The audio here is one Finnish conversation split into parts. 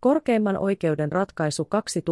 Korkeimman oikeuden ratkaisu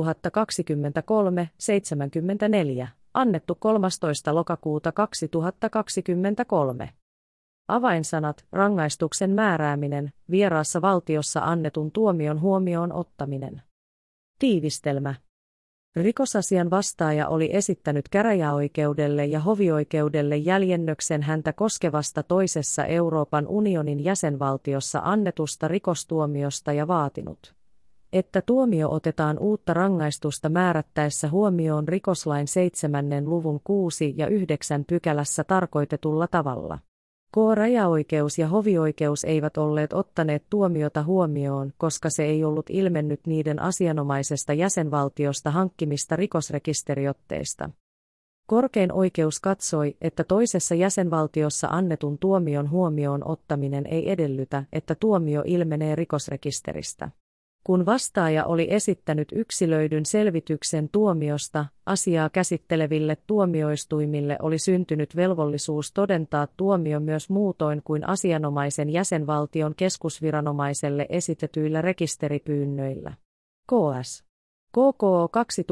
2023-74, annettu 13. lokakuuta 2023. Avainsanat: rangaistuksen määrääminen, vieraassa valtiossa annetun tuomion huomioon ottaminen. Tiivistelmä. Rikosasian vastaaja oli esittänyt käräjäoikeudelle ja hovioikeudelle jäljennöksen häntä koskevasta toisessa Euroopan unionin jäsenvaltiossa annetusta rikostuomiosta ja vaatinut, että tuomio otetaan uutta rangaistusta määrättäessä huomioon rikoslain 7. luvun 6 ja 9 pykälässä tarkoitetulla tavalla. Rajaoikeus ja hovioikeus eivät olleet ottaneet tuomiota huomioon, koska se ei ollut ilmennyt niiden asianomaisesta jäsenvaltiosta hankkimista rikosrekisteriotteista. Korkein oikeus katsoi, että toisessa jäsenvaltiossa annetun tuomion huomioon ottaminen ei edellytä, että tuomio ilmenee rikosrekisteristä. Kun vastaaja oli esittänyt yksilöidyn selvityksen tuomiosta, asiaa käsitteleville tuomioistuimille oli syntynyt velvollisuus todentaa tuomio myös muutoin kuin asianomaisen jäsenvaltion keskusviranomaiselle esitetyillä rekisteripyynnöillä. KS. KKO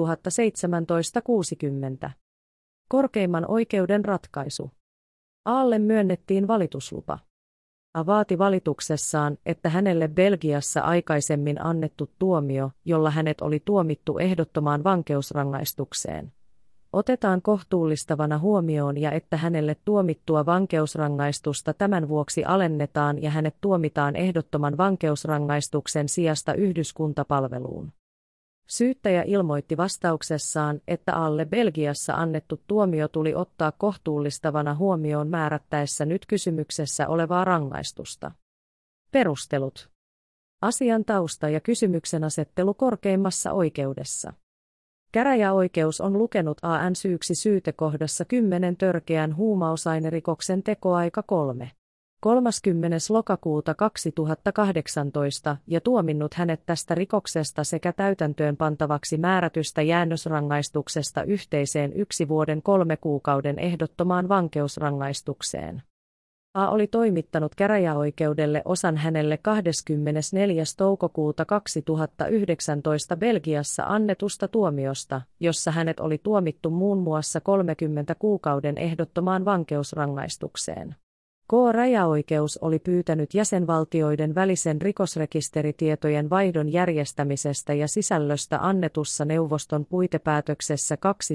2017-60. Korkeimman oikeuden ratkaisu. A:lle myönnettiin valituslupa. A vaati valituksessaan, että hänelle Belgiassa aikaisemmin annettu tuomio, jolla hänet oli tuomittu ehdottomaan vankeusrangaistukseen, otetaan kohtuullistavana huomioon ja että hänelle tuomittua vankeusrangaistusta tämän vuoksi alennetaan ja hänet tuomitaan ehdottoman vankeusrangaistuksen sijasta yhdyskuntapalveluun. Syyttäjä ilmoitti vastauksessaan, että A:lle Belgiassa annettu tuomio tuli ottaa kohtuullistavana huomioon määrättäessä nyt kysymyksessä olevaa rangaistusta. Perustelut. Asian tausta ja kysymyksenasettelu korkeimmassa oikeudessa. Käräjäoikeus on lukenut AN syyksi syytekohdassa 10 törkeän huumausainerikoksen tekoaika 30. lokakuuta 2018 ja tuominnut hänet tästä rikoksesta sekä täytäntöönpantavaksi määrätystä jäännösrangaistuksesta yhteiseen 1 vuoden 3 kuukauden ehdottomaan vankeusrangaistukseen. A oli toimittanut käräjäoikeudelle osan hänelle 24. toukokuuta 2019 Belgiassa annetusta tuomiosta, jossa hänet oli tuomittu muun muassa 30 kuukauden ehdottomaan vankeusrangaistukseen. Rajaoikeus oli pyytänyt jäsenvaltioiden välisen rikosrekisteritietojen vaihdon järjestämisestä ja sisällöstä annetussa neuvoston puitepäätöksessä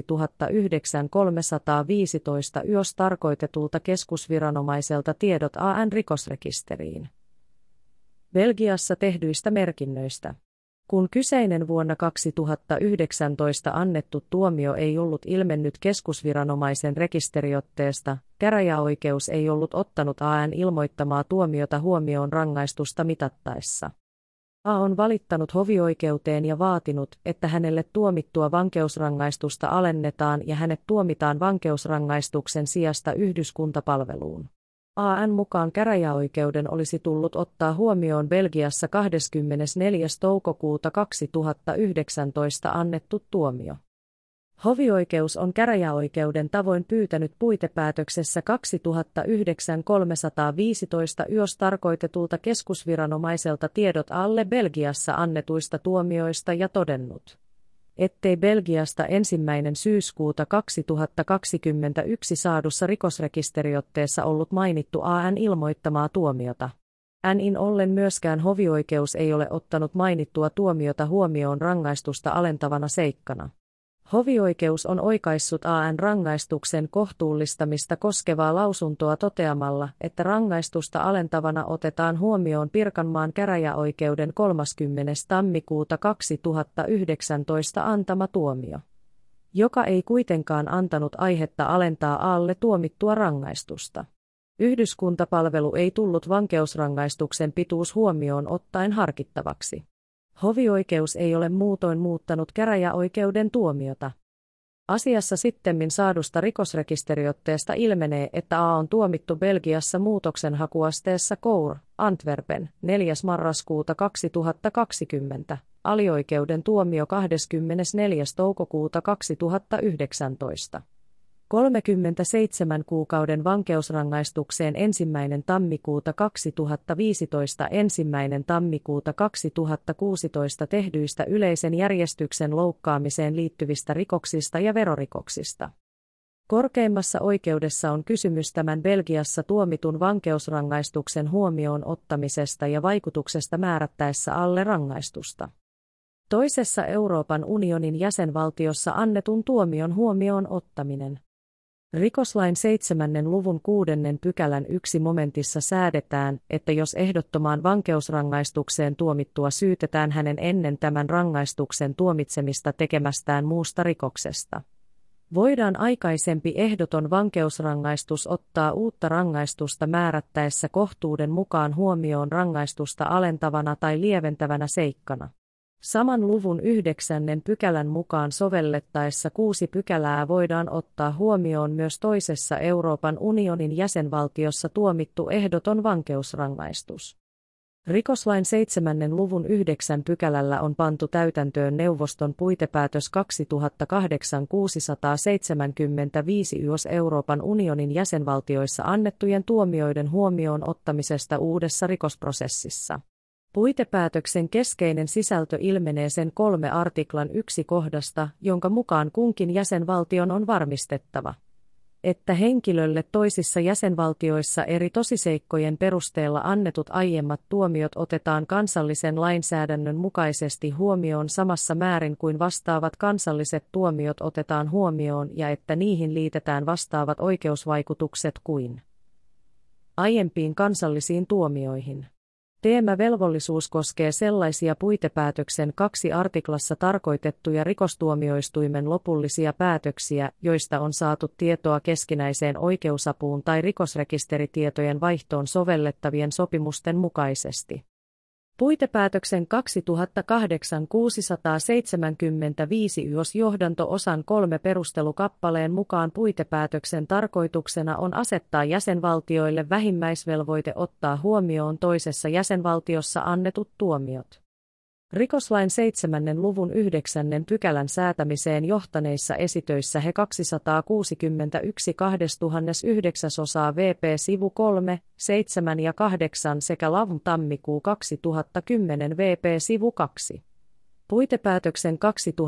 2009/315 YOS tarkoitetulta keskusviranomaiselta tiedot AN-rikosrekisteriin Belgiassa tehdyistä merkinnöistä. Kun kyseinen vuonna 2019 annettu tuomio ei ollut ilmennyt keskusviranomaisen rekisteriotteesta, käräjäoikeus ei ollut ottanut AN ilmoittamaa tuomiota huomioon rangaistusta mitattaessa. A on valittanut hovioikeuteen ja vaatinut, että hänelle tuomittua vankeusrangaistusta alennetaan ja hänet tuomitaan vankeusrangaistuksen sijasta yhdyskuntapalveluun. AN mukaan käräjäoikeuden olisi tullut ottaa huomioon Belgiassa 24. toukokuuta 2019 annettu tuomio. Hovioikeus on käräjäoikeuden tavoin pyytänyt puitepäätöksessä 2009/315 YOS tarkoitetulta keskusviranomaiselta tiedot A:lle Belgiassa annetuista tuomioista ja todennut, ettei Belgiasta 1. syyskuuta 2021 saadussa rikosrekisteriotteessa ollut mainittu AN ilmoittamaa tuomiota. NIn ollen myöskään hovioikeus ei ole ottanut mainittua tuomiota huomioon rangaistusta alentavana seikkana. Hovioikeus on oikaissut AN rangaistuksen kohtuullistamista koskevaa lausuntoa toteamalla, että rangaistusta alentavana otetaan huomioon Pirkanmaan käräjäoikeuden 30. tammikuuta 2019 antama tuomio, joka ei kuitenkaan antanut aihetta alentaa A:lle tuomittua rangaistusta. Yhdyskuntapalvelu ei tullut vankeusrangaistuksen pituus huomioon ottaen harkittavaksi. Hovioikeus ei ole muutoin muuttanut käräjäoikeuden tuomiota. Asiassa sittemmin saadusta rikosrekisteriotteesta ilmenee, että A on tuomittu Belgiassa muutoksenhakuasteessa Cour, Antwerpen, 4. marraskuuta 2020, alioikeuden tuomio 24. toukokuuta 2019. 37 kuukauden vankeusrangaistukseen 1. tammikuuta 2015 1. tammikuuta 2016 tehdyistä yleisen järjestyksen loukkaamiseen liittyvistä rikoksista ja verorikoksista. Korkeimmassa oikeudessa on kysymys tämän Belgiassa tuomitun vankeusrangaistuksen huomioon ottamisesta ja vaikutuksesta määrättäessä alle rangaistusta. Toisessa Euroopan unionin jäsenvaltiossa annetun tuomion huomioon ottaminen. Rikoslain 7. luvun 6. pykälän 1 momentissa säädetään, että jos ehdottomaan vankeusrangaistukseen tuomittua syytetään hänen ennen tämän rangaistuksen tuomitsemista tekemästään muusta rikoksesta, voidaan aikaisempi ehdoton vankeusrangaistus ottaa uutta rangaistusta määrättäessä kohtuuden mukaan huomioon rangaistusta alentavana tai lieventävänä seikkana. Saman luvun 9. pykälän mukaan sovellettaessa 6 pykälää voidaan ottaa huomioon myös toisessa Euroopan unionin jäsenvaltiossa tuomittu ehdoton vankeusrangaistus. Rikoslain 7. luvun 9 pykälällä on pantu täytäntöön neuvoston puitepäätös 2008/675 YOS Euroopan unionin jäsenvaltioissa annettujen tuomioiden huomioon ottamisesta uudessa rikosprosessissa. Puitepäätöksen keskeinen sisältö ilmenee sen 3 artiklan 1 kohdasta, jonka mukaan kunkin jäsenvaltion on varmistettava, että henkilölle toisissa jäsenvaltioissa eri tosiseikkojen perusteella annetut aiemmat tuomiot otetaan kansallisen lainsäädännön mukaisesti huomioon samassa määrin kuin vastaavat kansalliset tuomiot otetaan huomioon ja että niihin liitetään vastaavat oikeusvaikutukset kuin aiempiin kansallisiin tuomioihin. Teemavelvollisuus koskee sellaisia puitepäätöksen 2 artiklassa tarkoitettuja rikostuomioistuimen lopullisia päätöksiä, joista on saatu tietoa keskinäiseen oikeusapuun tai rikosrekisteritietojen vaihtoon sovellettavien sopimusten mukaisesti. Puitepäätöksen 2008/675 YOS johdanto-osan 3 perustelukappaleen mukaan puitepäätöksen tarkoituksena on asettaa jäsenvaltioille vähimmäisvelvoite ottaa huomioon toisessa jäsenvaltiossa annetut tuomiot. Rikoslain 7. luvun 9. pykälän säätämiseen johtaneissa esitöissä he 261 2009 VP sivu 3, 7 ja 8 sekä LAV tammikuu 2010 VP sivu 2. Puitepäätöksen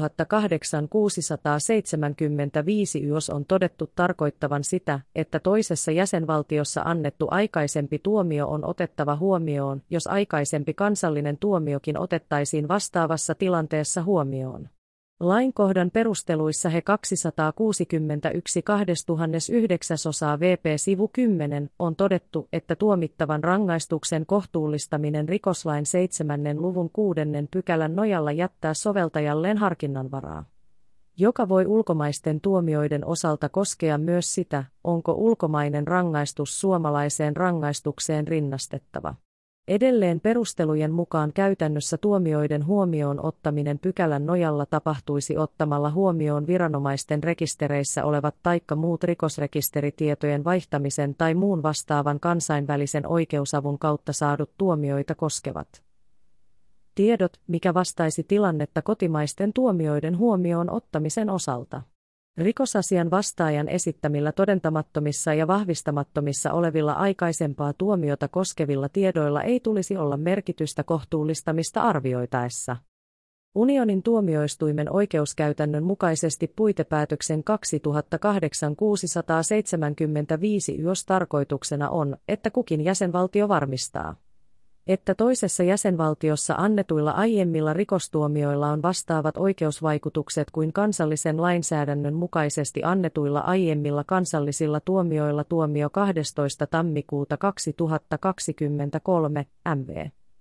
2008/675 YOS on todettu tarkoittavan sitä, että toisessa jäsenvaltiossa annettu aikaisempi tuomio on otettava huomioon, jos aikaisempi kansallinen tuomiokin otettaisiin vastaavassa tilanteessa huomioon. Lainkohdan perusteluissa he 261 2009 VP sivu 10 on todettu, että tuomittavan rangaistuksen kohtuullistaminen rikoslain 7. luvun 6. pykälän nojalla jättää soveltajalleen harkinnanvaraa, joka voi ulkomaisten tuomioiden osalta koskea myös sitä, onko ulkomainen rangaistus suomalaiseen rangaistukseen rinnastettava. Edelleen perustelujen mukaan käytännössä tuomioiden huomioon ottaminen pykälän nojalla tapahtuisi ottamalla huomioon viranomaisten rekistereissä olevat taikka muut rikosrekisteritietojen vaihtamisen tai muun vastaavan kansainvälisen oikeusavun kautta saadut tuomioita koskevat tiedot, mikä vastaisi tilannetta kotimaisten tuomioiden huomioon ottamisen osalta. Rikosasian vastaajan esittämillä todentamattomissa ja vahvistamattomissa olevilla aikaisempaa tuomiota koskevilla tiedoilla ei tulisi olla merkitystä kohtuullistamista arvioitaessa. Unionin tuomioistuimen oikeuskäytännön mukaisesti puitepäätöksen 2008/675 YOS tarkoituksena on, että kukin jäsenvaltio varmistaa, että toisessa jäsenvaltiossa annetuilla aiemmilla rikostuomioilla on vastaavat oikeusvaikutukset kuin kansallisen lainsäädännön mukaisesti annetuilla aiemmilla kansallisilla tuomioilla. Tuomio 12. tammikuuta 2023, MV.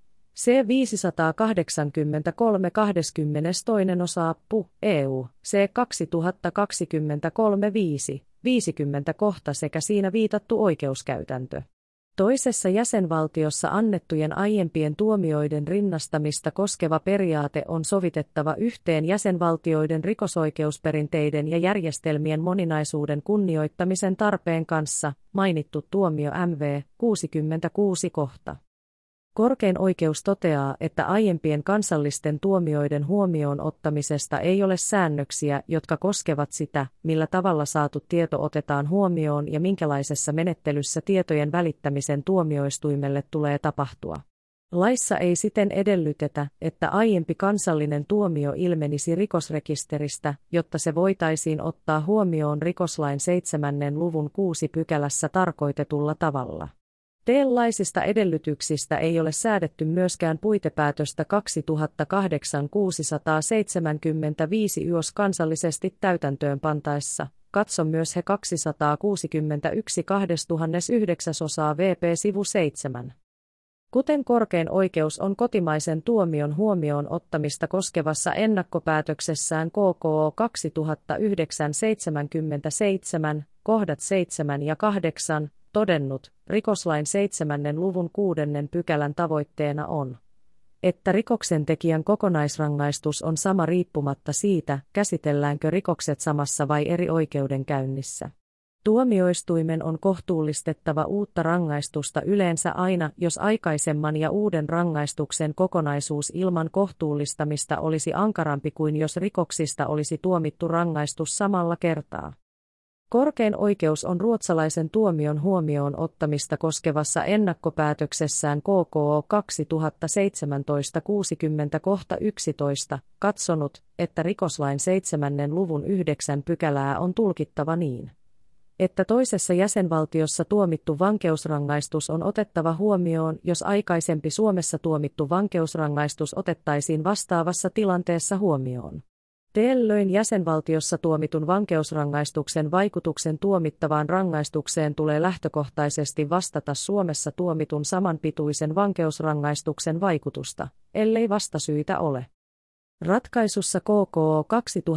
C583 22. osa PU, EU, C2023-5, 50 kohta sekä siinä viitattu oikeuskäytäntö. Toisessa jäsenvaltiossa annettujen aiempien tuomioiden rinnastamista koskeva periaate on sovitettava yhteen jäsenvaltioiden rikosoikeusperinteiden ja järjestelmien moninaisuuden kunnioittamisen tarpeen kanssa, mainittu tuomio MV 66 kohta. Korkein oikeus toteaa, että aiempien kansallisten tuomioiden huomioon ottamisesta ei ole säännöksiä, jotka koskevat sitä, millä tavalla saatu tieto otetaan huomioon ja minkälaisessa menettelyssä tietojen välittämisen tuomioistuimelle tulee tapahtua. Laissa ei siten edellytetä, että aiempi kansallinen tuomio ilmenisi rikosrekisteristä, jotta se voitaisiin ottaa huomioon rikoslain 7. luvun 6 pykälässä tarkoitetulla tavalla. Tällaisista edellytyksistä ei ole säädetty myöskään puitepäätöstä 2008-675 YOS kansallisesti täytäntöönpantaessa. Katso myös he 261 2009 VP sivu 7. Kuten korkein oikeus on kotimaisen tuomion huomioon ottamista koskevassa ennakkopäätöksessään KKO 2009-77, kohdat 7 ja 8, todennut, rikoslain 7. luvun 6 pykälän tavoitteena on, että rikoksentekijän kokonaisrangaistus on sama riippumatta siitä, käsitelläänkö rikokset samassa vai eri oikeudenkäynnissä. Tuomioistuimen on kohtuullistettava uutta rangaistusta yleensä aina, jos aikaisemman ja uuden rangaistuksen kokonaisuus ilman kohtuullistamista olisi ankarampi kuin jos rikoksista olisi tuomittu rangaistus samalla kertaa. Korkein oikeus on ruotsalaisen tuomion huomioon ottamista koskevassa ennakkopäätöksessään KKO 2017-60 kohta 11 katsonut, että rikoslain 7. luvun 9 pykälää on tulkittava niin, että toisessa jäsenvaltiossa tuomittu vankeusrangaistus on otettava huomioon, jos aikaisempi Suomessa tuomittu vankeusrangaistus otettaisiin vastaavassa tilanteessa huomioon. Tällöin jäsenvaltiossa tuomitun vankeusrangaistuksen vaikutuksen tuomittavaan rangaistukseen tulee lähtökohtaisesti vastata Suomessa tuomitun samanpituisen vankeusrangaistuksen vaikutusta, ellei vastasyitä ole. Ratkaisussa KKO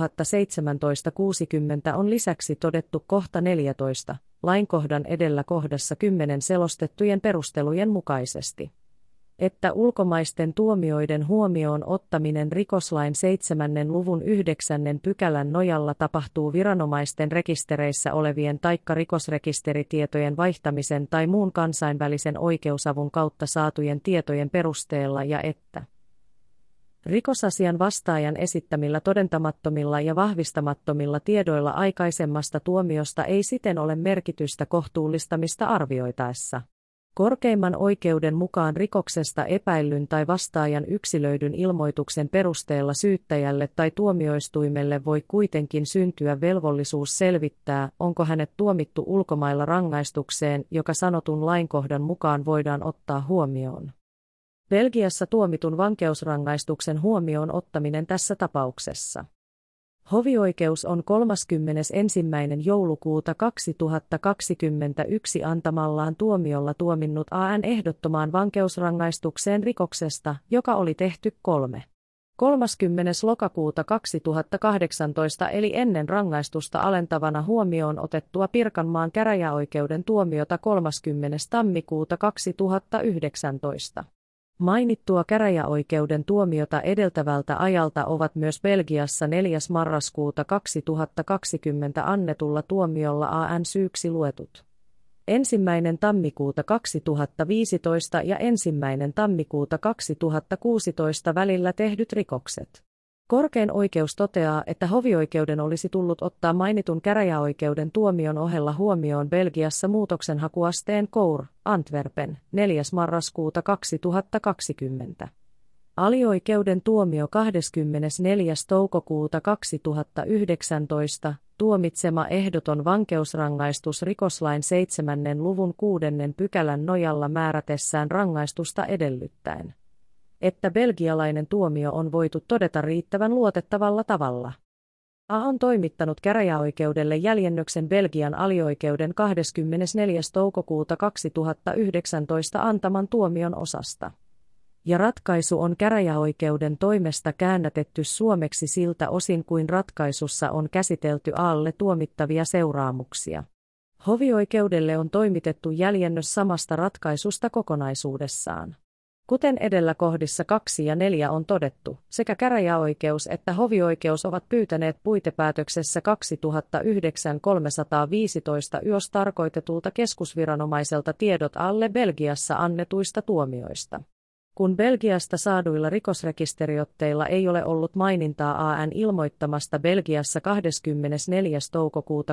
2017-60 on lisäksi todettu kohta 14, lainkohdan edellä kohdassa 10 selostettujen perustelujen mukaisesti, että ulkomaisten tuomioiden huomioon ottaminen rikoslain 7. luvun 9 pykälän nojalla tapahtuu viranomaisten rekistereissä olevien taikka rikosrekisteritietojen vaihtamisen tai muun kansainvälisen oikeusavun kautta saatujen tietojen perusteella ja että rikosasian vastaajan esittämillä todentamattomilla ja vahvistamattomilla tiedoilla aikaisemmasta tuomiosta ei siten ole merkitystä kohtuullistamista arvioitaessa. Korkeimman oikeuden mukaan rikoksesta epäillyn tai vastaajan yksilöidyn ilmoituksen perusteella syyttäjälle tai tuomioistuimelle voi kuitenkin syntyä velvollisuus selvittää, onko hänet tuomittu ulkomailla rangaistukseen, joka sanotun lainkohdan mukaan voidaan ottaa huomioon. Belgiassa tuomitun vankeusrangaistuksen huomioon ottaminen tässä tapauksessa. Hovioikeus on 31. joulukuuta 2021 antamallaan tuomiolla tuominnut AN ehdottomaan vankeusrangaistukseen rikoksesta, joka oli tehty 30. lokakuuta 2018 eli ennen rangaistusta alentavana huomioon otettua Pirkanmaan käräjäoikeuden tuomiota 30. tammikuuta 2019. Mainittua käräjäoikeuden tuomiota edeltävältä ajalta ovat myös Belgiassa 4. marraskuuta 2020 annetulla tuomiolla AN syyksi luetut 1. tammikuuta 2015 ja 1. tammikuuta 2016 välillä tehdyt rikokset. Korkein oikeus toteaa, että hovioikeuden olisi tullut ottaa mainitun käräjäoikeuden tuomion ohella huomioon Belgiassa muutoksenhakuasteen Cour, Antwerpen, 4. marraskuuta 2020. Alioikeuden tuomio 24. toukokuuta 2019, tuomitsema ehdoton vankeusrangaistus rikoslain 7. luvun 6 pykälän nojalla määrätessään rangaistusta edellyttäen, että belgialainen tuomio on voitu todeta riittävän luotettavalla tavalla. A on toimittanut käräjäoikeudelle jäljennöksen Belgian alioikeuden 24. toukokuuta 2019 antaman tuomion osasta. Ja ratkaisu on käräjäoikeuden toimesta käännätetty suomeksi siltä osin kuin ratkaisussa on käsitelty A:lle tuomittavia seuraamuksia. Hovioikeudelle on toimitettu jäljennös samasta ratkaisusta kokonaisuudessaan. Kuten edellä kohdissa 2 ja 4 on todettu, sekä käräjäoikeus että hovioikeus ovat pyytäneet puitepäätöksessä 2009/315 YOS tarkoitetulta keskusviranomaiselta tiedot alle Belgiassa annetuista tuomioista. Kun Belgiasta saaduilla rikosrekisteriotteilla ei ole ollut mainintaa AN ilmoittamasta Belgiassa 24. toukokuuta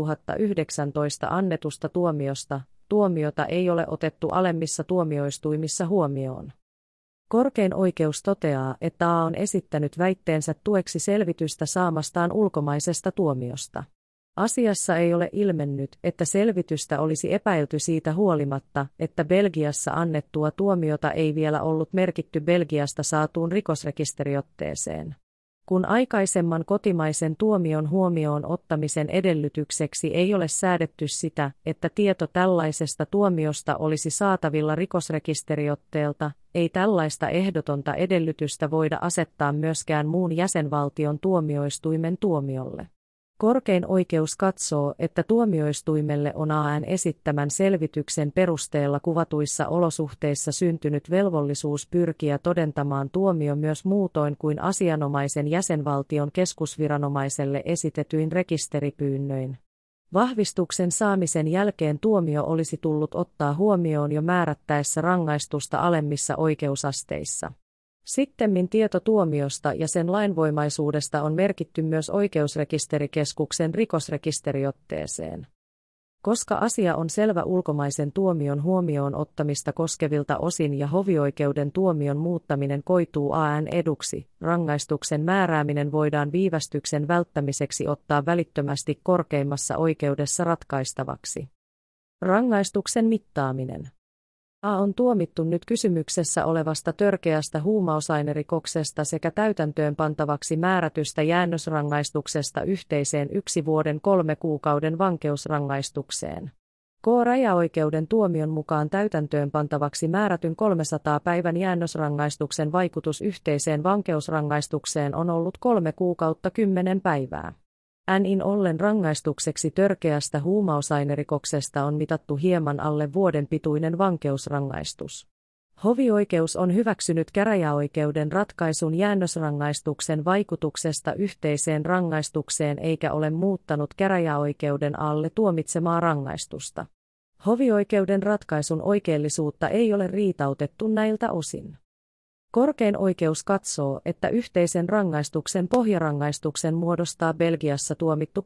2019 annetusta tuomiosta, tuomiota ei ole otettu alemmissa tuomioistuimissa huomioon. Korkein oikeus toteaa, että A on esittänyt väitteensä tueksi selvitystä saamastaan ulkomaisesta tuomiosta. Asiassa ei ole ilmennyt, että selvitystä olisi epäilty siitä huolimatta, että Belgiassa annettua tuomiota ei vielä ollut merkitty Belgiasta saatuun rikosrekisteriotteeseen. Kun aikaisemman kotimaisen tuomion huomioon ottamisen edellytykseksi ei ole säädetty sitä, että tieto tällaisesta tuomiosta olisi saatavilla rikosrekisteriotteelta, ei tällaista ehdotonta edellytystä voida asettaa myöskään muun jäsenvaltion tuomioistuimen tuomiolle. Korkein oikeus katsoo, että tuomioistuimelle on AN esittämän selvityksen perusteella kuvatuissa olosuhteissa syntynyt velvollisuus pyrkiä todentamaan tuomio myös muutoin kuin asianomaisen jäsenvaltion keskusviranomaiselle esitetyin rekisteripyynnöin. Vahvistuksen saamisen jälkeen tuomio olisi tullut ottaa huomioon jo määrättäessä rangaistusta alemmissa oikeusasteissa. Sittemmin tieto tuomiosta ja sen lainvoimaisuudesta on merkitty myös Oikeusrekisterikeskuksen rikosrekisteriotteeseen. Koska asia on selvä ulkomaisen tuomion huomioon ottamista koskevilta osin ja hovioikeuden tuomion muuttaminen koituu AN eduksi, rangaistuksen määrääminen voidaan viivästyksen välttämiseksi ottaa välittömästi korkeimmassa oikeudessa ratkaistavaksi. Rangaistuksen mittaaminen. A on tuomittu nyt kysymyksessä olevasta törkeästä huumausainerikoksesta sekä täytäntöönpantavaksi määrätystä jäännösrangaistuksesta yhteiseen 1 vuoden 3 kuukauden vankeusrangaistukseen. K-rajaoikeuden tuomion mukaan täytäntöönpantavaksi määrätyn 300 päivän jäännösrangaistuksen vaikutus yhteiseen vankeusrangaistukseen on ollut 3 kuukautta 10 päivää. Näin ollen rangaistukseksi törkeästä huumausainerikoksesta on mitattu hieman alle vuoden pituinen vankeusrangaistus. Hovioikeus on hyväksynyt käräjäoikeuden ratkaisun jäännösrangaistuksen vaikutuksesta yhteiseen rangaistukseen eikä ole muuttanut käräjäoikeuden alle tuomitsemaa rangaistusta. Hovioikeuden ratkaisun oikeellisuutta ei ole riitautettu näiltä osin. Korkein oikeus katsoo, että yhteisen rangaistuksen pohjarangaistuksen muodostaa Belgiassa tuomittu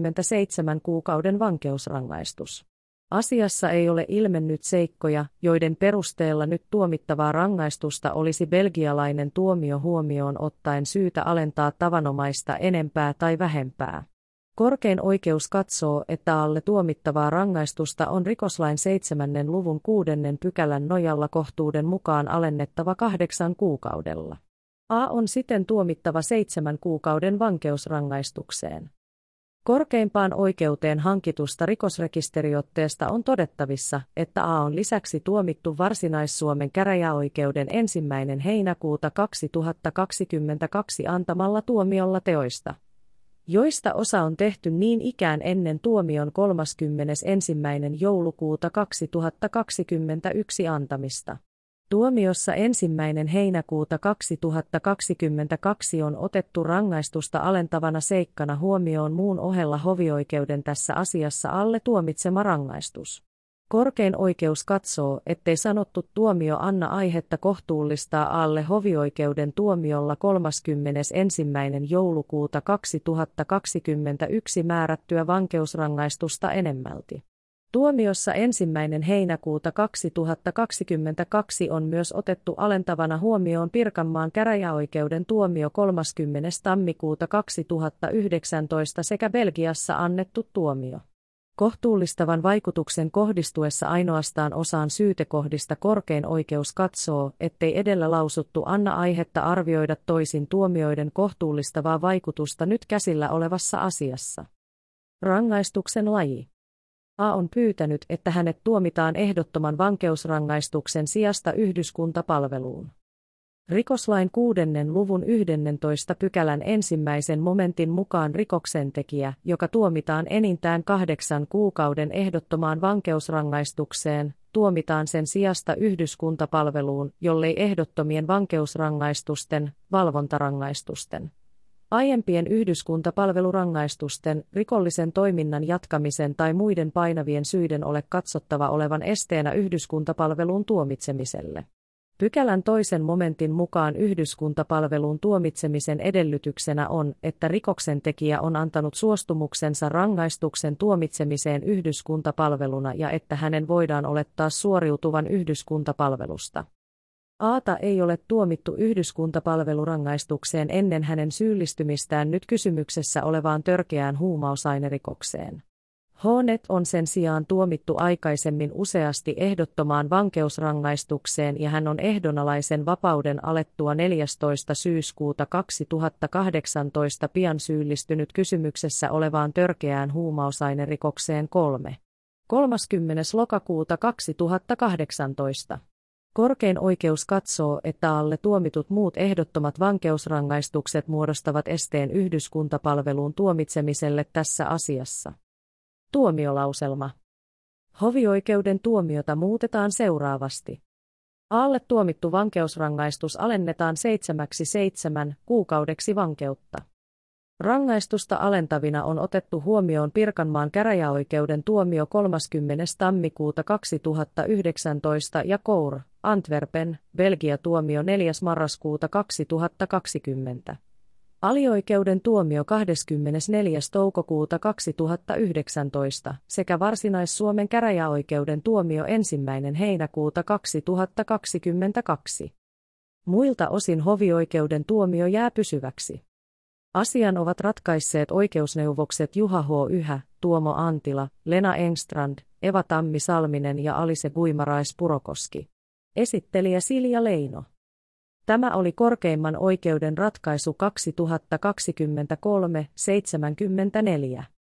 37 kuukauden vankeusrangaistus. Asiassa ei ole ilmennyt seikkoja, joiden perusteella nyt tuomittavaa rangaistusta olisi belgialainen tuomio huomioon ottaen syytä alentaa tavanomaista enempää tai vähempää. Korkein oikeus katsoo, että alle tuomittavaa rangaistusta on rikoslain 7. luvun 6. pykälän nojalla kohtuuden mukaan alennettava 8 kuukaudella. A on siten tuomittava 7 kuukauden vankeusrangaistukseen. Korkeimpaan oikeuteen hankitusta rikosrekisteriotteesta on todettavissa, että A on lisäksi tuomittu Varsinais-Suomen käräjäoikeuden 1. heinäkuuta 2022 antamalla tuomiolla teoista, joista osa on tehty niin ikään ennen tuomion 31. joulukuuta 2021 antamista. Tuomiossa 1. heinäkuuta 2022 on otettu rangaistusta alentavana seikkana huomioon muun ohella hovioikeuden tässä asiassa alle tuomitsema rangaistus. Korkein oikeus katsoo, ettei sanottu tuomio anna aihetta kohtuullistaa alle hovioikeuden tuomiolla 31. joulukuuta 2021 määrättyä vankeusrangaistusta enemmälti. Tuomiossa 1. heinäkuuta 2022 on myös otettu alentavana huomioon Pirkanmaan käräjäoikeuden tuomio 30. tammikuuta 2019 sekä Belgiassa annettu tuomio. Kohtuullistavan vaikutuksen kohdistuessa ainoastaan osaan syytekohdista korkein oikeus katsoo, ettei edellä lausuttu anna aihetta arvioida toisin tuomioiden kohtuullistavaa vaikutusta nyt käsillä olevassa asiassa. Rangaistuksen laji. A on pyytänyt, että hänet tuomitaan ehdottoman vankeusrangaistuksen sijasta yhdyskuntapalveluun. Rikoslain 6. luvun 11. pykälän 1. momentin mukaan rikoksentekijä, joka tuomitaan enintään 8 kuukauden ehdottomaan vankeusrangaistukseen, tuomitaan sen sijasta yhdyskuntapalveluun, jollei ehdottomien vankeusrangaistusten, valvontarangaistusten, aiempien yhdyskuntapalvelurangaistusten, rikollisen toiminnan jatkamisen tai muiden painavien syiden ole katsottava olevan esteenä yhdyskuntapalveluun tuomitsemiselle. Pykälän 2 momentin mukaan yhdyskuntapalveluun tuomitsemisen edellytyksenä on, että rikoksentekijä on antanut suostumuksensa rangaistuksen tuomitsemiseen yhdyskuntapalveluna ja että hänen voidaan olettaa suoriutuvan yhdyskuntapalvelusta. A:ta ei ole tuomittu yhdyskuntapalvelurangaistukseen ennen hänen syyllistymistään nyt kysymyksessä olevaan törkeään huumausainerikokseen. H:net on sen sijaan tuomittu aikaisemmin useasti ehdottomaan vankeusrangaistukseen ja hän on ehdonalaisen vapauden alettua 14. syyskuuta 2018 pian syyllistynyt kysymyksessä olevaan törkeään huumausainerikokseen 30. lokakuuta 2018. Korkein oikeus katsoo, että alle tuomitut muut ehdottomat vankeusrangaistukset muodostavat esteen yhdyskuntapalveluun tuomitsemiselle tässä asiassa. Tuomiolauselma. Hovioikeuden tuomiota muutetaan seuraavasti. A:lle tuomittu vankeusrangaistus alennetaan 7 kuukaudeksi vankeutta. Rangaistusta alentavina on otettu huomioon Pirkanmaan käräjäoikeuden tuomio 30. tammikuuta 2019 ja Cour, Antwerpen, Belgia tuomio 4. marraskuuta 2020. Alioikeuden tuomio 24. toukokuuta 2019 sekä Varsinais-Suomen käräjäoikeuden tuomio 1. heinäkuuta 2022. Muilta osin hovioikeuden tuomio jää pysyväksi. Asian ovat ratkaisseet oikeusneuvokset Juha H. Yhä, Tuomo Antila, Lena Engstrand, Eva Tammi-Salminen ja Alise Guimarais-Purokoski. Esittelijä Silja Leino. Tämä oli korkeimman oikeuden ratkaisu 2023-74.